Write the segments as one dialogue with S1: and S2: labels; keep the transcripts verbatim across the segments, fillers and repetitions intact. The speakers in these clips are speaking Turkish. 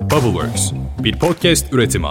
S1: Bubbleworks, bir podcast üretimi.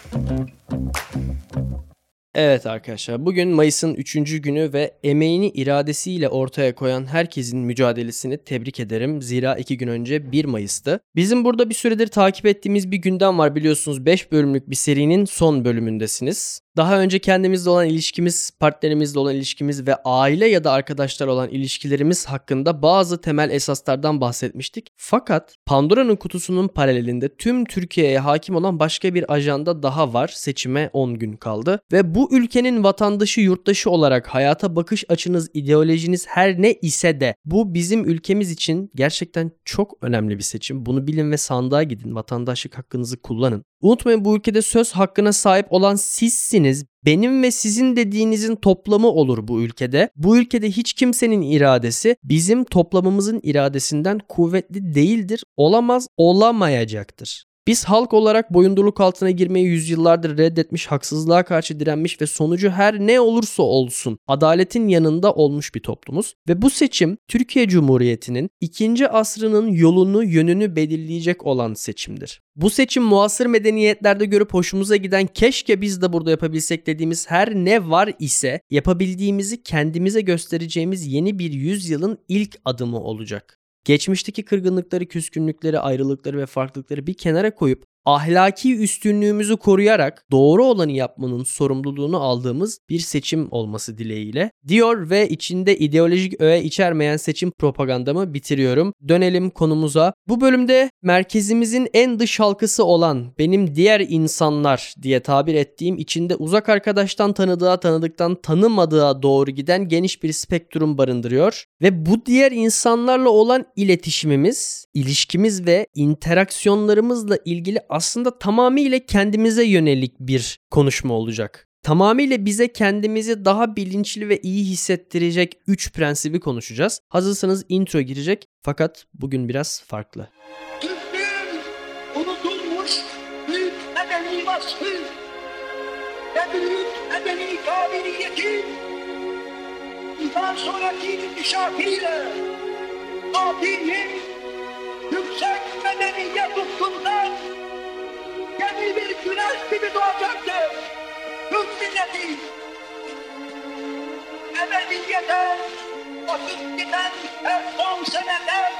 S2: Evet arkadaşlar, bugün Mayıs'ın üçüncü günü ve emeğini iradesiyle ortaya koyan herkesin mücadelesini tebrik ederim. Zira iki gün önce bir Mayıs'tı. Bizim burada bir süredir takip ettiğimiz bir gündem var, biliyorsunuz beş bölümlük bir serinin son bölümündesiniz. Daha önce kendimizle olan ilişkimiz, partnerimizle olan ilişkimiz ve aile ya da arkadaşlar olan ilişkilerimiz hakkında bazı temel esaslardan bahsetmiştik. Fakat Pandora'nın kutusunun paralelinde tüm Türkiye'ye hakim olan başka bir ajanda daha var. Seçime on gün kaldı ve bu ülkenin vatandaşı, yurttaşı olarak hayata bakış açınız, ideolojiniz her ne ise de bu bizim ülkemiz için gerçekten çok önemli bir seçim. Bunu bilin ve sandığa gidin, vatandaşlık hakkınızı kullanın. Unutmayın, bu ülkede söz hakkına sahip olan sizsiniz. Benim ve sizin dediğinizin toplamı olur bu ülkede. Bu ülkede hiç kimsenin iradesi bizim toplamımızın iradesinden kuvvetli değildir. Olamaz, olamayacaktır. Biz halk olarak boyundurluk altına girmeyi yüzyıllardır reddetmiş, haksızlığa karşı direnmiş ve sonucu her ne olursa olsun adaletin yanında olmuş bir toplumuz. Ve bu seçim Türkiye Cumhuriyeti'nin ikinci asrının yolunu, yönünü belirleyecek olan seçimdir. Bu seçim muasır medeniyetlerde görüp hoşumuza giden, keşke biz de burada yapabilsek dediğimiz her ne var ise yapabildiğimizi kendimize göstereceğimiz yeni bir yüzyılın ilk adımı olacak. Geçmişteki kırgınlıkları, küskünlükleri, ayrılıkları ve farklılıkları bir kenara koyup ahlaki üstünlüğümüzü koruyarak doğru olanı yapmanın sorumluluğunu aldığımız bir seçim olması dileğiyle diyor ve içinde ideolojik öğe içermeyen seçim propagandamı bitiriyorum. Dönelim konumuza. Bu bölümde merkezimizin en dış halkası olan benim diğer insanlar diye tabir ettiğim, içinde uzak arkadaştan tanıdığa, tanıdıktan tanımadığa doğru giden geniş bir spektrum barındırıyor. Ve bu diğer insanlarla olan iletişimimiz, ilişkimiz ve interaksiyonlarımızla ilgili aslında tamamıyla kendimize yönelik bir konuşma olacak. Tamamıyla bize kendimizi daha bilinçli ve iyi hissettirecek üç prensibi konuşacağız. Hazırsanız intro girecek fakat bugün biraz farklı.
S3: Türklüğün unutulmuş büyük medeni vasfı ve büyük medeni kabiliyeti bundan sonraki inkişafıyla adilin yüksek medeniyet ufkundan yeni bir güneş gibi doğacaktır. Türk milleti ebediyete vakit giden her on seneler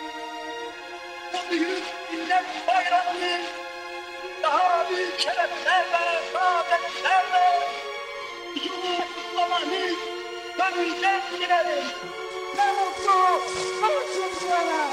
S3: bu büyük millet bayramını daha büyük şereflerle, saadetlerle huzurlu kutlamanı gönülden dilerim. Ne mutlu, ne mutlu bana.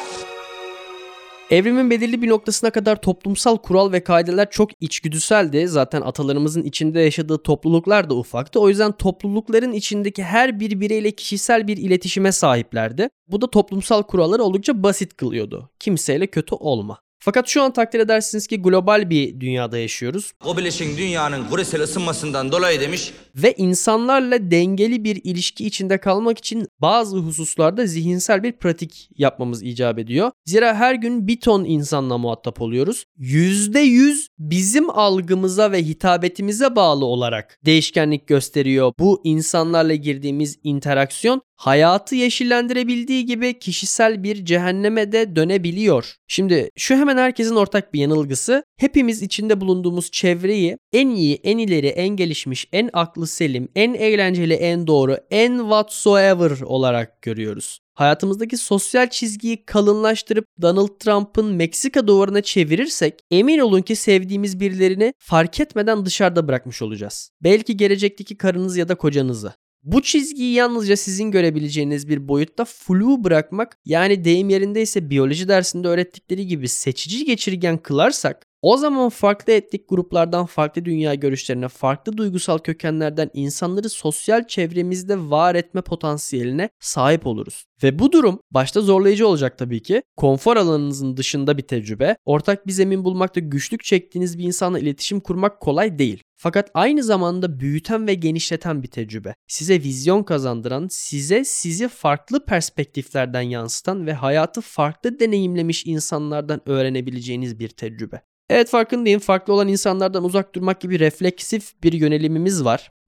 S2: Evrimin belirli bir noktasına kadar toplumsal kural ve kaideler çok içgüdüseldi. Zaten atalarımızın içinde yaşadığı topluluklar da ufaktı. O yüzden toplulukların içindeki her bir bireyle kişisel bir iletişime sahiplerdi. Bu da toplumsal kuralları oldukça basit kılıyordu. Kimseyle kötü olma. Fakat şu an takdir edersiniz ki global bir dünyada yaşıyoruz.
S4: Globalleşen dünyanın küresel ısınmasından dolayı demiş.
S2: Ve insanlarla dengeli bir ilişki içinde kalmak için bazı hususlarda zihinsel bir pratik yapmamız icap ediyor. Zira her gün bir ton insanla muhatap oluyoruz. yüzde yüz bizim algımıza ve hitabetimize bağlı olarak değişkenlik gösteriyor. Bu insanlarla girdiğimiz interaksiyon hayatı yeşillendirebildiği gibi kişisel bir cehenneme de dönebiliyor. Şimdi şu hemen herkesin ortak bir yanılgısı, hepimiz içinde bulunduğumuz çevreyi en iyi, en ileri, en gelişmiş, en aklı selim, en eğlenceli, en doğru, en whatsoever olarak görüyoruz. Hayatımızdaki sosyal çizgiyi kalınlaştırıp Donald Trump'ın Meksika duvarına çevirirsek emin olun ki sevdiğimiz birilerini fark etmeden dışarıda bırakmış olacağız. Belki gelecekteki karınız ya da kocanızı. Bu çizgiyi yalnızca sizin görebileceğiniz bir boyutta flu bırakmak, yani deyim yerindeyse biyoloji dersinde öğrettikleri gibi seçici geçirgen kılarsak, o zaman farklı etnik gruplardan, farklı dünya görüşlerine, farklı duygusal kökenlerden insanları sosyal çevremizde var etme potansiyeline sahip oluruz. Ve bu durum başta zorlayıcı olacak tabii ki. Konfor alanınızın dışında bir tecrübe. Ortak bir zemin bulmakta güçlük çektiğiniz bir insanla iletişim kurmak kolay değil. Fakat aynı zamanda büyüten ve genişleten bir tecrübe. Size vizyon kazandıran, size sizi farklı perspektiflerden yansıtan ve hayatı farklı deneyimlemiş insanlardan öğrenebileceğiniz bir tecrübe. Evet, farkındayım. Farklı olan insanlardan uzak durmak gibi refleksif bir yönelimimiz var.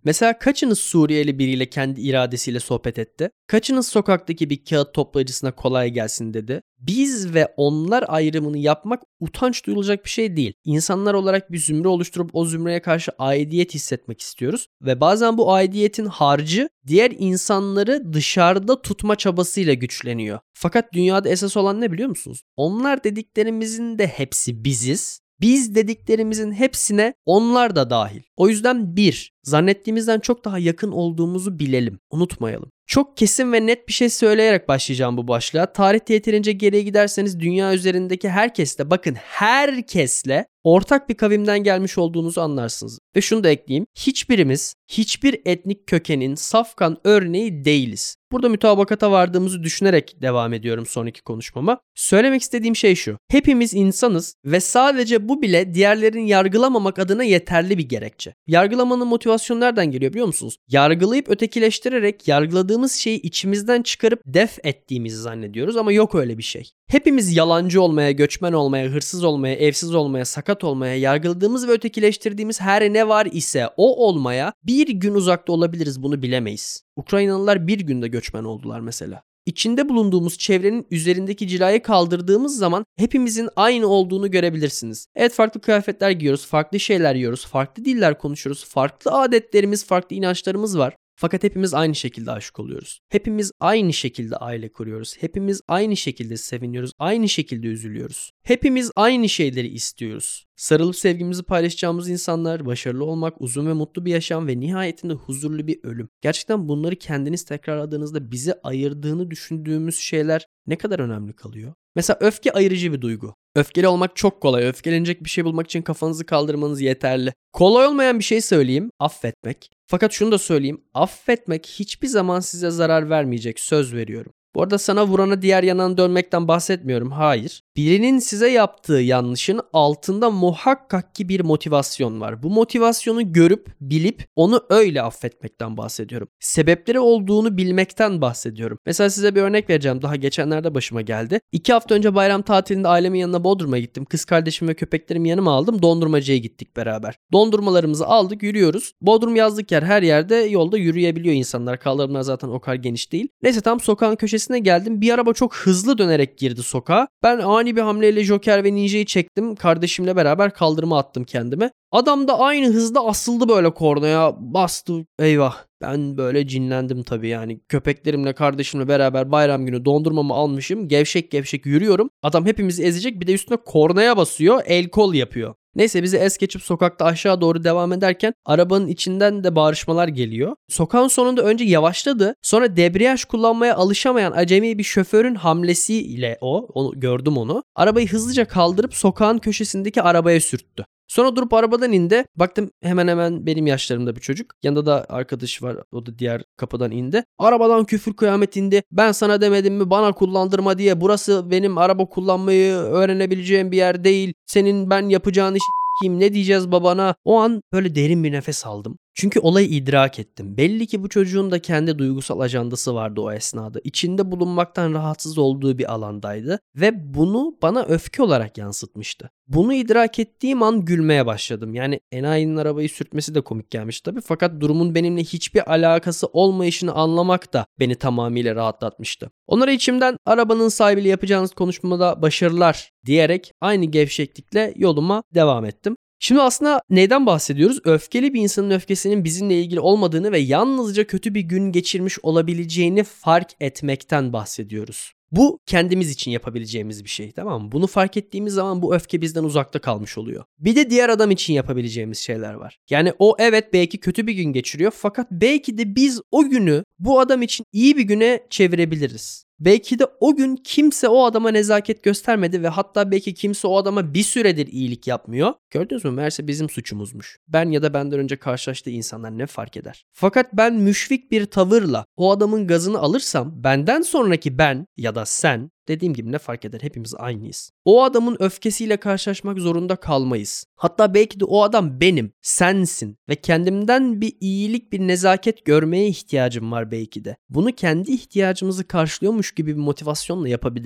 S2: Mesela kaçınız Suriyeli biriyle kendi iradesiyle sohbet etti? Kaçınız sokaktaki bir kağıt toplayıcısına kolay gelsin dedi? Biz ve onlar ayrımını yapmak utanç duyulacak bir şey değil. İnsanlar olarak bir zümre oluşturup o zümreye karşı aidiyet hissetmek istiyoruz. Ve bazen bu aidiyetin harcı diğer insanları dışarıda tutma çabasıyla güçleniyor. Fakat dünyada esas olan ne biliyor musunuz? Onlar dediklerimizin de hepsi biziz. Biz dediklerimizin hepsine onlar da dahil. O yüzden bir, zannettiğimizden çok daha yakın olduğumuzu bilelim, unutmayalım. Çok kesin ve net bir şey söyleyerek başlayacağım bu başlığa. Tarihte yeterince geriye giderseniz dünya üzerindeki herkesle, bakın herkesle ortak bir kavimden gelmiş olduğunuzu anlarsınız. Ve şunu da ekleyeyim. Hiçbirimiz hiçbir etnik kökenin safkan örneği değiliz. Burada mütabakata vardığımızı düşünerek devam ediyorum sonraki konuşmama. Söylemek istediğim şey şu. Hepimiz insanız ve sadece bu bile diğerlerini yargılamamak adına yeterli bir gerekçe. Yargılamanın motivasyonu nereden geliyor biliyor musunuz? Yargılayıp ötekileştirerek yargıladığımız şeyi içimizden çıkarıp def ettiğimizi zannediyoruz ama yok öyle bir şey. Hepimiz yalancı olmaya, göçmen olmaya, hırsız olmaya, evsiz olmaya, sakat olmaya, yargıladığımız ve ötekileştirdiğimiz her ne var ise o olmaya bir gün uzakta olabiliriz, bunu bilemeyiz. Ukraynalılar bir günde göçmen oldular mesela. İçinde bulunduğumuz çevrenin üzerindeki cilayı kaldırdığımız zaman hepimizin aynı olduğunu görebilirsiniz. Evet, farklı kıyafetler giyiyoruz, farklı şeyler yiyoruz, farklı diller konuşuyoruz, farklı adetlerimiz, farklı inançlarımız var. Fakat hepimiz aynı şekilde aşık oluyoruz. Hepimiz aynı şekilde aile kuruyoruz. Hepimiz aynı şekilde seviniyoruz. Aynı şekilde üzülüyoruz. Hepimiz aynı şeyleri istiyoruz. Sarılıp sevgimizi paylaşacağımız insanlar, başarılı olmak, uzun ve mutlu bir yaşam ve nihayetinde huzurlu bir ölüm. Gerçekten bunları kendiniz tekrarladığınızda bizi ayırdığını düşündüğümüz şeyler ne kadar önemli kalıyor? Mesela öfke ayırıcı bir duygu. Öfkeli olmak çok kolay. Öfkelenecek bir şey bulmak için kafanızı kaldırmanız yeterli. Kolay olmayan bir şey söyleyeyim. Affetmek. Fakat şunu da söyleyeyim. Affetmek hiçbir zaman size zarar vermeyecek. Söz veriyorum. Bu arada sana vurana diğer yanına dönmekten bahsetmiyorum. Hayır. Birinin size yaptığı yanlışın altında muhakkak ki bir motivasyon var. Bu motivasyonu görüp, bilip onu öyle affetmekten bahsediyorum. Sebepleri olduğunu bilmekten bahsediyorum. Mesela size bir örnek vereceğim. Daha geçenlerde başıma geldi. İki hafta önce bayram tatilinde ailemin yanına Bodrum'a gittim. Kız kardeşim ve köpeklerimi yanıma aldım. Dondurmacıya gittik beraber. Dondurmalarımızı aldık, yürüyoruz. Bodrum yazlık yer. Her yerde yolda yürüyebiliyor insanlar. Kaldırımlar zaten o kadar geniş değil. Neyse, tam sokağın köşesine geldim. Bir araba çok hızlı dönerek girdi sokağa. Ben ani bir hamleyle Joker ve Ninja'yı çektim. Kardeşimle beraber kaldırıma attım kendimi. Adam da aynı hızda asıldı böyle kornaya. Bastı. Eyvah. Ben böyle cinlendim tabii yani. Köpeklerimle, kardeşimle beraber bayram günü dondurmamı almışım. Gevşek gevşek yürüyorum. Adam hepimizi ezecek, bir de üstüne kornaya basıyor. El kol yapıyor. Neyse, bizi es geçip sokakta aşağı doğru devam ederken arabanın içinden de bağırışmalar geliyor. Sokağın sonunda önce yavaşladı. Sonra debriyaj kullanmaya alışamayan acemi bir şoförün hamlesiyle o, onu gördüm onu. Arabayı hızlıca kaldırıp sokağın köşesindeki arabaya sürttü. Sonra durup arabadan indi. Baktım hemen hemen benim yaşlarımda bir çocuk. Yanında da arkadaşı var. O da diğer kapıdan indi. Arabadan küfür kıyamet indi. Ben sana demedim mi bana kullandırma diye. Burası benim araba kullanmayı öğrenebileceğim bir yer değil. Senin ben yapacağın işi kim, ne diyeceğiz babana? O an böyle derin bir nefes aldım. Çünkü olayı idrak ettim. Belli ki bu çocuğun da kendi duygusal ajandası vardı o esnada. İçinde bulunmaktan rahatsız olduğu bir alandaydı ve bunu bana öfke olarak yansıtmıştı. Bunu idrak ettiğim an gülmeye başladım. Yani enayinin arabayı sürtmesi de komik gelmiş tabii. Fakat durumun benimle hiçbir alakası olmayışını anlamak da beni tamamıyla rahatlatmıştı. Onlara içimden arabanın sahibiyle yapacağınız konuşmada başarılar diyerek aynı gevşeklikle yoluma devam ettim. Şimdi aslında neyden bahsediyoruz? Öfkeli bir insanın öfkesinin bizimle ilgili olmadığını ve yalnızca kötü bir gün geçirmiş olabileceğini fark etmekten bahsediyoruz. Bu kendimiz için yapabileceğimiz bir şey, tamam mı? Bunu fark ettiğimiz zaman bu öfke bizden uzakta kalmış oluyor. Bir de diğer adam için yapabileceğimiz şeyler var. Yani o evet belki kötü bir gün geçiriyor fakat belki de biz o günü bu adam için iyi bir güne çevirebiliriz. Belki de o gün kimse o adama nezaket göstermedi ve hatta belki kimse o adama bir süredir iyilik yapmıyor. Gördünüz mü? Meğerse bizim suçumuzmuş. Ben ya da benden önce karşılaştığı insanlar ne fark eder? Fakat ben müşfik bir tavırla o adamın gazını alırsam benden sonraki ben ya da sen, dediğim gibi ne fark eder? Hepimiz aynıyız. O adamın öfkesiyle karşılaşmak zorunda kalmayız. Hatta belki de o adam benim, sensin ve kendimden bir iyilik, bir nezaket görmeye ihtiyacım var belki de. Bunu kendi ihtiyacımızı karşılıyormuş gibi bir motivasyonla yapabiliriz.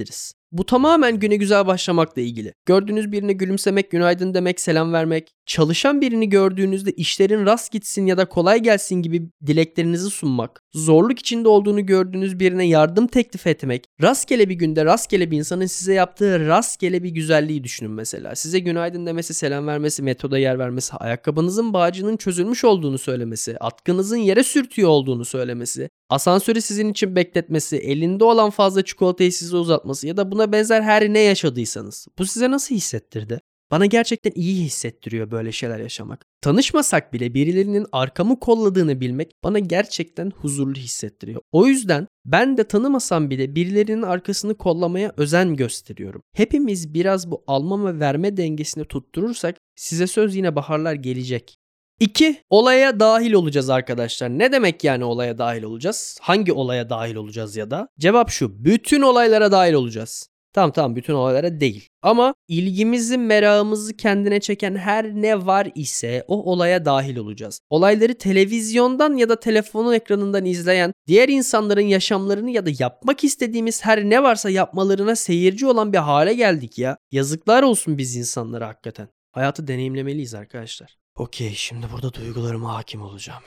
S2: Bu tamamen güne güzel başlamakla ilgili. Gördüğünüz birine gülümsemek, günaydın demek, selam vermek, çalışan birini gördüğünüzde işlerin rast gitsin ya da kolay gelsin gibi dileklerinizi sunmak, zorluk içinde olduğunu gördüğünüz birine yardım teklif etmek, rastgele bir günde rastgele bir insanın size yaptığı rastgele bir güzelliği düşünün mesela. Size günaydın demesi, selam vermesi, metroda yer vermesi, ayakkabınızın bağcığının çözülmüş olduğunu söylemesi, atkınızın yere sürtüyor olduğunu söylemesi, asansörü sizin için bekletmesi, elinde olan fazla çikolatayı size uzatması ya da buna benzer her ne yaşadıysanız bu size nasıl hissettirdi? Bana gerçekten iyi hissettiriyor böyle şeyler yaşamak. Tanışmasak bile birilerinin arkamı kolladığını bilmek bana gerçekten huzurlu hissettiriyor. O yüzden ben de tanımasam bile birilerinin arkasını kollamaya özen gösteriyorum. Hepimiz biraz bu alma ve verme dengesini tutturursak size söz yine baharlar gelecek. İki, olaya dahil olacağız arkadaşlar. Ne demek yani olaya dahil olacağız? Hangi olaya dahil olacağız ya da? Cevap şu, bütün olaylara dahil olacağız. Tamam tamam bütün olaylara değil. Ama ilgimizi, merakımızı kendine çeken her ne var ise o olaya dahil olacağız. Olayları televizyondan ya da telefonun ekranından izleyen, diğer insanların yaşamlarını ya da yapmak istediğimiz her ne varsa yapmalarına seyirci olan bir hale geldik ya. Yazıklar olsun biz insanlara hakikaten. Hayatı deneyimlemeliyiz arkadaşlar. Okey, şimdi burada duygularıma hakim olacağım.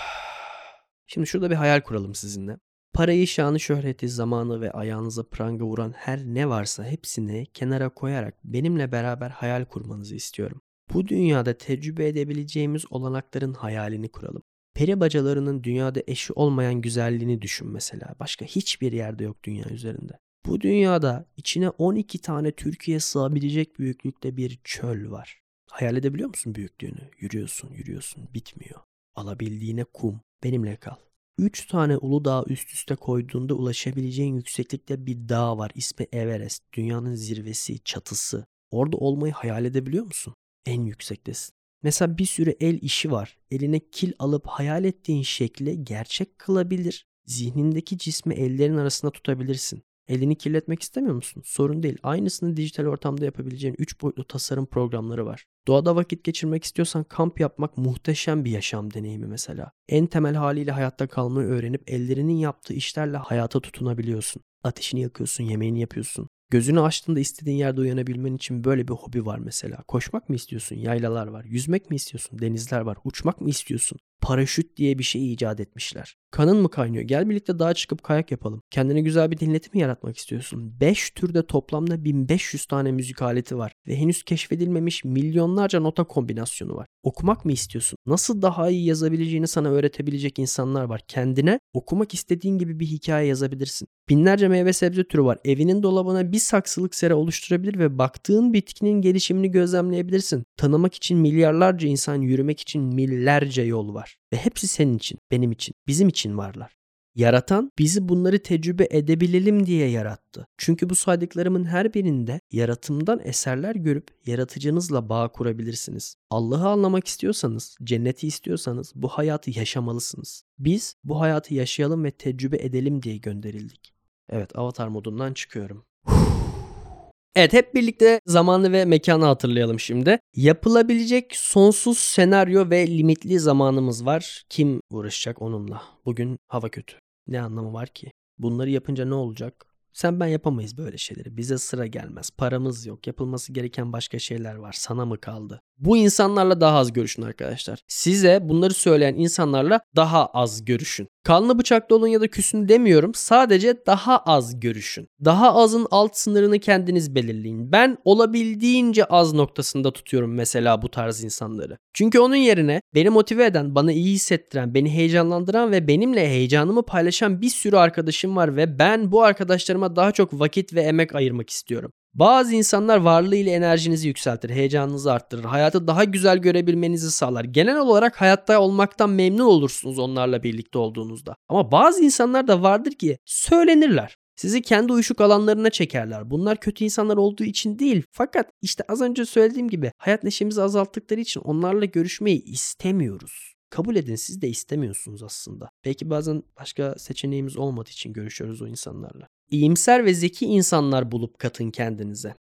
S2: Şimdi şurada bir hayal kuralım sizinle. Parayı, şanı, şöhreti, zamanı ve ayağınıza pranga vuran her ne varsa hepsini kenara koyarak benimle beraber hayal kurmanızı istiyorum. Bu dünyada tecrübe edebileceğimiz olanakların hayalini kuralım. Peri bacalarının dünyada eşi olmayan güzelliğini düşün mesela. Başka hiçbir yerde yok dünya üzerinde. Bu dünyada içine on iki tane Türkiye sığabilecek büyüklükte bir çöl var. Hayal edebiliyor musun büyüklüğünü? Yürüyorsun, yürüyorsun, bitmiyor. Alabildiğine kum, benimle kal. Üç tane Uludağ üst üste koyduğunda ulaşabileceğin yükseklikte bir dağ var. İsmi Everest. Dünyanın zirvesi, çatısı. Orada olmayı hayal edebiliyor musun? En yüksektesin. Mesela bir sürü el işi var. Eline kil alıp hayal ettiğin şekli gerçek kılabilir. Zihnindeki cismi ellerin arasında tutabilirsin. Elini kirletmek istemiyor musun? Sorun değil. Aynısını dijital ortamda yapabileceğin üç boyutlu tasarım programları var. Doğada vakit geçirmek istiyorsan kamp yapmak muhteşem bir yaşam deneyimi mesela. En temel haliyle hayatta kalmayı öğrenip ellerinin yaptığı işlerle hayata tutunabiliyorsun. Ateşini yakıyorsun, yemeğini yapıyorsun. Gözünü açtığında istediğin yerde uyanabilmen için böyle bir hobi var mesela. Koşmak mı istiyorsun? Yaylalar var. Yüzmek mi istiyorsun? Denizler var. Uçmak mı istiyorsun? Paraşüt diye bir şey icat etmişler. Kanın mı kaynıyor? Gel birlikte dağa çıkıp kayak yapalım. Kendine güzel bir dinleti mi yaratmak istiyorsun? beş türde toplamda bin beş yüz tane müzik aleti var. Ve henüz keşfedilmemiş milyonlarca nota kombinasyonu var. Okumak mı istiyorsun? Nasıl daha iyi yazabileceğini sana öğretebilecek insanlar var. Kendine okumak istediğin gibi bir hikaye yazabilirsin. Binlerce meyve sebze türü var. Evinin dolabına bir saksılık sera oluşturabilir ve baktığın bitkinin gelişimini gözlemleyebilirsin. Tanımak için milyarlarca insan, yürümek için millerce yol var. Ve hepsi senin için, benim için, bizim için varlar. Yaratan bizi bunları tecrübe edebilelim diye yarattı. Çünkü bu saydıklarımın her birinde yaratımdan eserler görüp yaratıcınızla bağ kurabilirsiniz. Allah'ı anlamak istiyorsanız, cenneti istiyorsanız bu hayatı yaşamalısınız. Biz bu hayatı yaşayalım ve tecrübe edelim diye gönderildik. Evet, avatar modundan çıkıyorum. Evet, hep birlikte zamanı ve mekanı hatırlayalım şimdi. Yapılabilecek sonsuz senaryo ve limitli zamanımız var. Kim uğraşacak onunla? Bugün hava kötü. Ne anlamı var ki? Bunları yapınca ne olacak? Sen ben yapamayız böyle şeyleri. Bize sıra gelmez. Paramız yok. Yapılması gereken başka şeyler var. Sana mı kaldı? Bu insanlarla daha az görüşün arkadaşlar. Size bunları söyleyen insanlarla daha az görüşün. Kanlı bıçaklı olun ya da küsün demiyorum. Sadece daha az görüşün. Daha azın alt sınırını kendiniz belirleyin. Ben olabildiğince az noktasında tutuyorum mesela bu tarz insanları. Çünkü onun yerine beni motive eden, bana iyi hissettiren, beni heyecanlandıran ve benimle heyecanımı paylaşan bir sürü arkadaşım var ve ben bu arkadaşlarıma daha çok vakit ve emek ayırmak istiyorum. Bazı insanlar varlığıyla enerjinizi yükseltir, heyecanınızı arttırır, hayatı daha güzel görebilmenizi sağlar. Genel olarak hayatta olmaktan memnun olursunuz onlarla birlikte olduğunuzda. Ama bazı insanlar da vardır ki söylenirler. Sizi kendi uyuşuk alanlarına çekerler. Bunlar kötü insanlar olduğu için değil. Fakat işte az önce söylediğim gibi hayat neşemizi azalttıkları için onlarla görüşmeyi istemiyoruz. Kabul edin, siz de istemiyorsunuz aslında. Belki bazen başka seçeneğimiz olmadığı için görüşüyoruz o insanlarla. İyimser ve zeki insanlar bulup katın kendinize.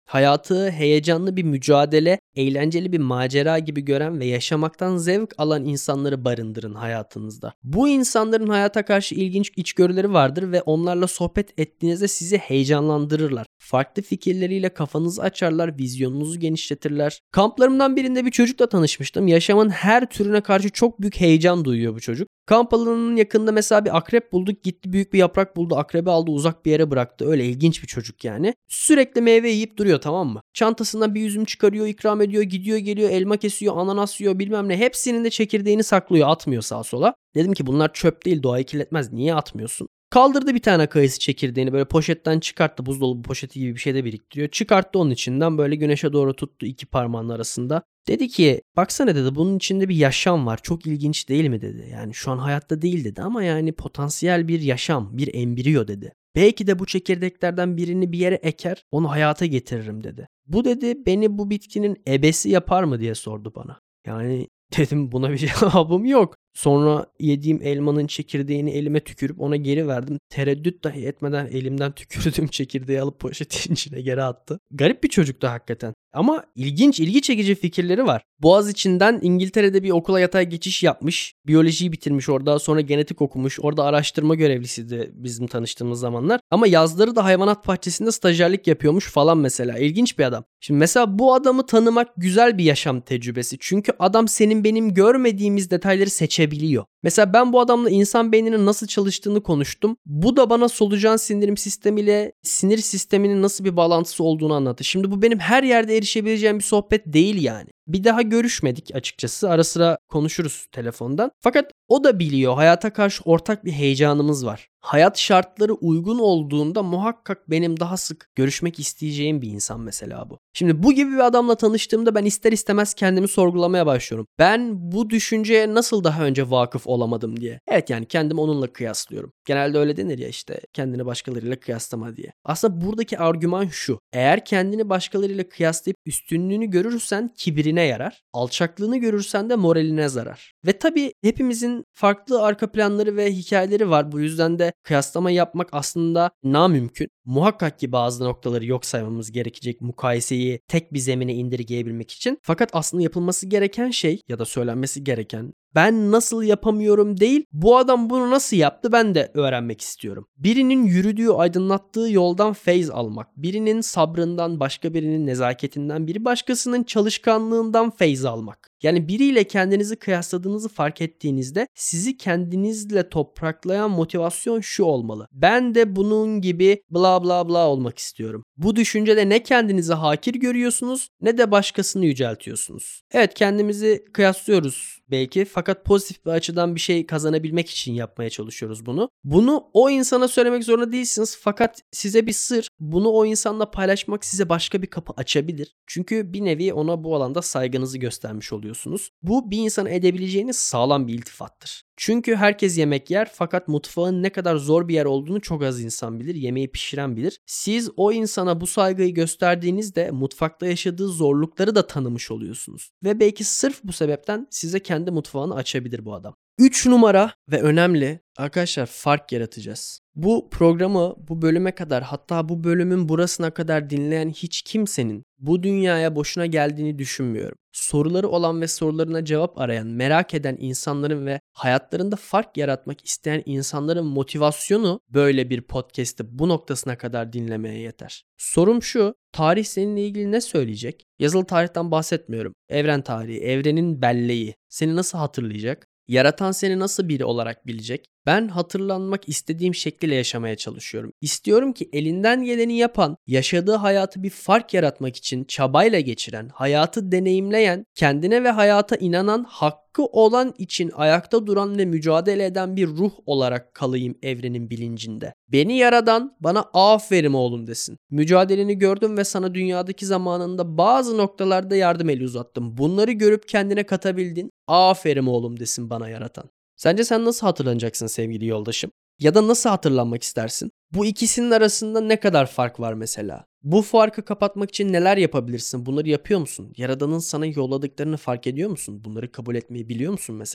S2: Hayatı heyecanlı bir mücadele, eğlenceli bir macera gibi gören ve yaşamaktan zevk alan insanları barındırın hayatınızda. Bu insanların hayata karşı ilginç içgörüleri vardır ve onlarla sohbet ettiğinizde sizi heyecanlandırırlar. Farklı fikirleriyle kafanızı açarlar, vizyonunuzu genişletirler. Kamplarımdan birinde bir çocukla tanışmıştım. Yaşamın her türüne karşı çok büyük heyecan duyuyor bu çocuk. Kamp alanının yakında mesela bir akrep bulduk. Gitti büyük bir yaprak buldu. Akrebi aldı, uzak bir yere bıraktı. Öyle ilginç bir çocuk yani. Sürekli meyve yiyip duruyor, tamam mı? Çantasından bir üzüm çıkarıyor, ikram ediyor, gidiyor geliyor, elma kesiyor, ananas yiyor, bilmem ne. Hepsinin de çekirdeğini saklıyor, atmıyor sağa sola. Dedim ki bunlar çöp değil, doğayı kirletmez. Niye atmıyorsun? Kaldırdı bir tane kayısı çekirdeğini, böyle poşetten çıkarttı, buzdolabı poşeti gibi bir şeyde biriktiriyor. Çıkarttı onun içinden, böyle güneşe doğru tuttu iki parmağının arasında. Dedi ki baksana dedi, bunun içinde bir yaşam var, çok ilginç değil mi dedi. Yani şu an hayatta değil dedi ama yani potansiyel bir yaşam, bir embriyo dedi. Belki de bu çekirdeklerden birini bir yere eker, onu hayata getiririm dedi. Bu dedi beni bu bitkinin ebesi yapar mı diye sordu bana. Yani dedim buna bir cevabım yok. Sonra yediğim elmanın çekirdeğini elime tükürüp ona geri verdim. Tereddüt dahi etmeden elimden tükürdüğüm çekirdeği alıp poşetin içine geri attı. Garip bir çocuktu hakikaten. Ama ilginç, ilgi çekici fikirleri var. Boğaziçi'nden İngiltere'de bir okula yatay geçiş yapmış. Biyolojiyi bitirmiş orada. Sonra genetik okumuş. Orada araştırma görevlisiydi bizim tanıştığımız zamanlar. Ama yazları da hayvanat bahçesinde stajyerlik yapıyormuş falan mesela. İlginç bir adam. Şimdi mesela bu adamı tanımak güzel bir yaşam tecrübesi. Çünkü adam senin benim görmediğimiz detayları seçebiliyor. Mesela ben bu adamla insan beyninin nasıl çalıştığını konuştum. Bu da bana solucan sindirim sistemiyle sinir sisteminin nasıl bir bağlantısı olduğunu anlattı. Şimdi bu benim her yerde erişebileceğim bir sohbet değil yani. Bir daha görüşmedik açıkçası. Ara sıra konuşuruz telefondan. Fakat o da biliyor, hayata karşı ortak bir heyecanımız var. Hayat şartları uygun olduğunda muhakkak benim daha sık görüşmek isteyeceğim bir insan mesela bu. Şimdi bu gibi bir adamla tanıştığımda ben ister istemez kendimi sorgulamaya başlıyorum. Ben bu düşünceye nasıl daha önce vakıf olamadım diye. Evet, yani kendimi onunla kıyaslıyorum. Genelde öyle denir ya, işte kendini başkalarıyla kıyaslama diye. Aslında buradaki argüman şu: eğer kendini başkalarıyla kıyaslayıp üstünlüğünü görürsen kibrine yarar. Alçaklığını görürsen de moraline zarar. Ve tabii hepimizin farklı arka planları ve hikayeleri var. Bu yüzden de kıyaslama yapmak aslında namümkün. Muhakkak ki bazı noktaları yok saymamız gerekecek mukayeseyi tek bir zemine indirgeyebilmek için. Fakat aslında yapılması gereken şey ya da söylenmesi gereken, ben nasıl yapamıyorum değil, bu adam bunu nasıl yaptı ben de öğrenmek istiyorum. Birinin yürüdüğü, aydınlattığı yoldan feyz almak, birinin sabrından, başka birinin nezaketinden, biri başkasının çalışkanlığından feyz almak. Yani biriyle kendinizi kıyasladığınızı fark ettiğinizde sizi kendinizle topraklayan motivasyon şu olmalı: ben de bunun gibi bla bla bla olmak istiyorum. Bu düşüncede ne kendinizi hakir görüyorsunuz ne de başkasını yüceltiyorsunuz. Evet, kendimizi kıyaslıyoruz belki, fakat pozitif bir açıdan bir şey kazanabilmek için yapmaya çalışıyoruz bunu. Bunu o insana söylemek zorunda değilsiniz, fakat size bir sır, bunu o insanla paylaşmak size başka bir kapı açabilir. Çünkü bir nevi ona bu alanda saygınızı göstermiş oluyorsunuz. Bu bir insana edebileceğiniz sağlam bir iltifattır. Çünkü herkes yemek yer, fakat mutfağın ne kadar zor bir yer olduğunu çok az insan bilir, yemeği pişiren bilir. Siz o insana bu saygıyı gösterdiğinizde mutfakta yaşadığı zorlukları da tanımış oluyorsunuz. Ve belki sırf bu sebepten size kendi mutfağını açabilir bu adam. üç numara ve önemli arkadaşlar, fark yaratacağız. Bu programı bu bölüme kadar, hatta bu bölümün burasına kadar dinleyen hiç kimsenin bu dünyaya boşuna geldiğini düşünmüyorum. Soruları olan ve sorularına cevap arayan, merak eden insanların ve hayatlarında fark yaratmak isteyen insanların motivasyonu böyle bir podcast'ı bu noktasına kadar dinlemeye yeter. Sorum şu: tarih seninle ilgili ne söyleyecek? Yazılı tarihten bahsetmiyorum. Evren tarihi, evrenin belleği seni nasıl hatırlayacak? Yaratan seni nasıl biri olarak bilecek? Ben hatırlanmak istediğim şekliyle yaşamaya çalışıyorum. İstiyorum ki elinden geleni yapan, yaşadığı hayatı bir fark yaratmak için çabayla geçiren, hayatı deneyimleyen, kendine ve hayata inanan, hakkı olan için ayakta duran ve mücadele eden bir ruh olarak kalayım evrenin bilincinde. Beni yaradan bana aferin oğlum desin. Mücadeleni gördüm ve sana dünyadaki zamanında bazı noktalarda yardım eli uzattım. Bunları görüp kendine katabildin. Aferin oğlum desin bana yaratan. Sence sen nasıl hatırlanacaksın sevgili yoldaşım? Ya da nasıl hatırlanmak istersin? Bu ikisinin arasında ne kadar fark var mesela? Bu farkı kapatmak için neler yapabilirsin? Bunları yapıyor musun? Yaradanın sana yolladıklarını fark ediyor musun? Bunları kabul etmeyi biliyor musun mesela?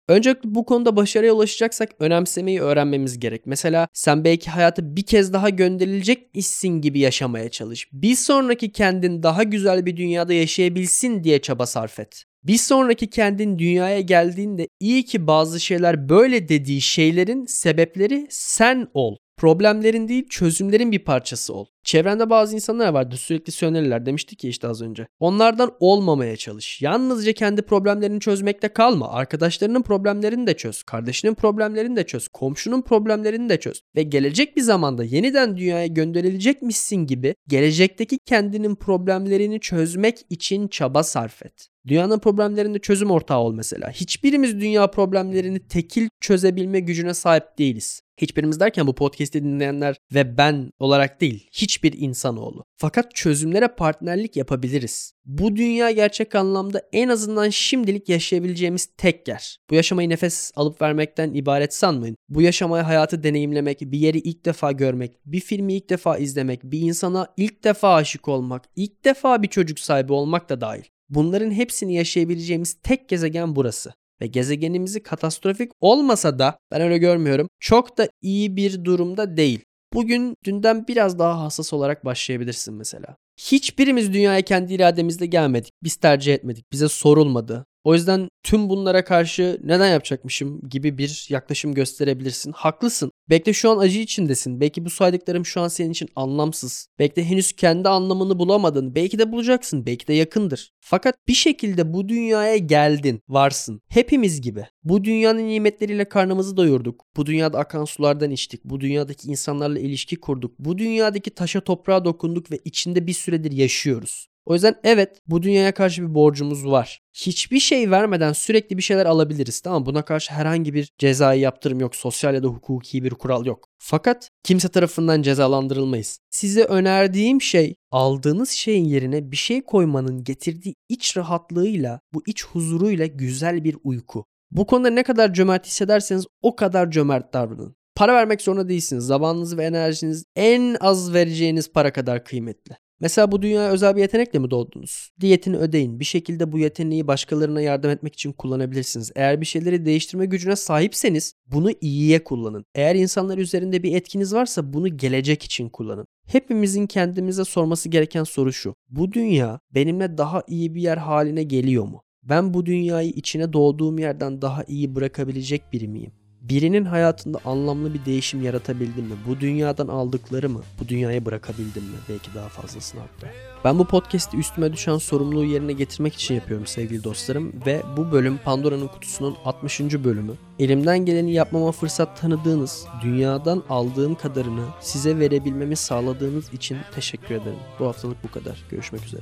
S2: Öncelikle bu konuda başarıya ulaşacaksak önemsemeyi öğrenmemiz gerek. Mesela sen belki hayata bir kez daha gönderilecekmişsin gibi yaşamaya çalış. Bir sonraki kendin daha güzel bir dünyada yaşayabilsin diye çaba sarf et. Bir sonraki kendin dünyaya geldiğinde iyi ki bazı şeyler böyle dediği şeylerin sebepleri sen ol. Problemlerin değil, çözümlerin bir parçası ol. Çevrende bazı insanlar vardı, sürekli söylenirler, demiştik ya işte az önce. Onlardan olmamaya çalış. Yalnızca kendi problemlerini çözmekte kalma. Arkadaşlarının problemlerini de çöz. Kardeşinin problemlerini de çöz. Komşunun problemlerini de çöz. Ve gelecek bir zamanda yeniden dünyaya gönderilecekmişsin gibi gelecekteki kendinin problemlerini çözmek için çaba sarf et. Dünyanın problemlerinde çözüm ortağı ol mesela. Hiçbirimiz dünya problemlerini tekil çözebilme gücüne sahip değiliz. Hiçbirimiz derken bu podcast'i dinleyenler ve ben olarak değil, hiçbir insanoğlu. Fakat çözümlere partnerlik yapabiliriz. Bu dünya gerçek anlamda en azından şimdilik yaşayabileceğimiz tek yer. Bu yaşamayı nefes alıp vermekten ibaret sanmayın. Bu yaşamayı hayatı deneyimlemek, bir yeri ilk defa görmek, bir filmi ilk defa izlemek, bir insana ilk defa aşık olmak, ilk defa bir çocuk sahibi olmak da dahil. Bunların hepsini yaşayabileceğimiz tek gezegen burası. Ve gezegenimizi katastrofik olmasa da ben öyle görmüyorum. Çok da iyi bir durumda değil. Bugün dünden biraz daha hassas olarak başlayabilirsin mesela. Hiçbirimiz dünyaya kendi irademizle gelmedik. Biz tercih etmedik. Bize sorulmadı. O yüzden tüm bunlara karşı neden yapacakmışım gibi bir yaklaşım gösterebilirsin. Haklısın. Belki de şu an acı içindesin. Belki bu saydıklarım şu an senin için anlamsız. Belki de henüz kendi anlamını bulamadın. Belki de bulacaksın. Belki de yakındır. Fakat bir şekilde bu dünyaya geldin, varsın. Hepimiz gibi. Bu dünyanın nimetleriyle karnımızı doyurduk. Bu dünyada akan sulardan içtik. Bu dünyadaki insanlarla ilişki kurduk. Bu dünyadaki taşa toprağa dokunduk ve içinde bir süredir yaşıyoruz. O yüzden evet, bu dünyaya karşı bir borcumuz var. Hiçbir şey vermeden sürekli bir şeyler alabiliriz, tamam mı? Buna karşı herhangi bir cezai yaptırım yok, sosyal ya da hukuki bir kural yok. Fakat kimse tarafından cezalandırılmayız. Size önerdiğim şey, aldığınız şeyin yerine bir şey koymanın getirdiği iç rahatlığıyla, bu iç huzuruyla güzel bir uyku. Bu konuda ne kadar cömert hissederseniz o kadar cömert davranın. Para vermek zorunda değilsiniz. Zamanınız ve enerjiniz en az vereceğiniz para kadar kıymetli. Mesela bu dünyaya özel bir yetenekle mi doğdunuz? Diyetini ödeyin. Bir şekilde bu yeteneği başkalarına yardım etmek için kullanabilirsiniz. Eğer bir şeyleri değiştirme gücüne sahipseniz bunu iyiye kullanın. Eğer insanlar üzerinde bir etkiniz varsa bunu gelecek için kullanın. Hepimizin kendimize sorması gereken soru şu: bu dünya benimle daha iyi bir yer haline geliyor mu? Ben bu dünyayı içine doğduğum yerden daha iyi bırakabilecek biri miyim? Birinin hayatında anlamlı bir değişim yaratabildim mi? Bu dünyadan aldıklarımı bu dünyaya bırakabildim mi? Belki daha fazlasını hatta. Ben bu podcast'i üstüme düşen sorumluluğu yerine getirmek için yapıyorum sevgili dostlarım. Ve bu bölüm Pandora'nın Kutusu'nun altmışıncı bölümü. Elimden geleni yapmama fırsat tanıdığınız, dünyadan aldığım kadarını size verebilmemi sağladığınız için teşekkür ederim. Bu haftalık bu kadar. Görüşmek üzere.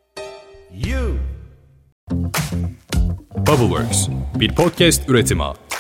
S1: Bubbleworks bir podcast üretimi.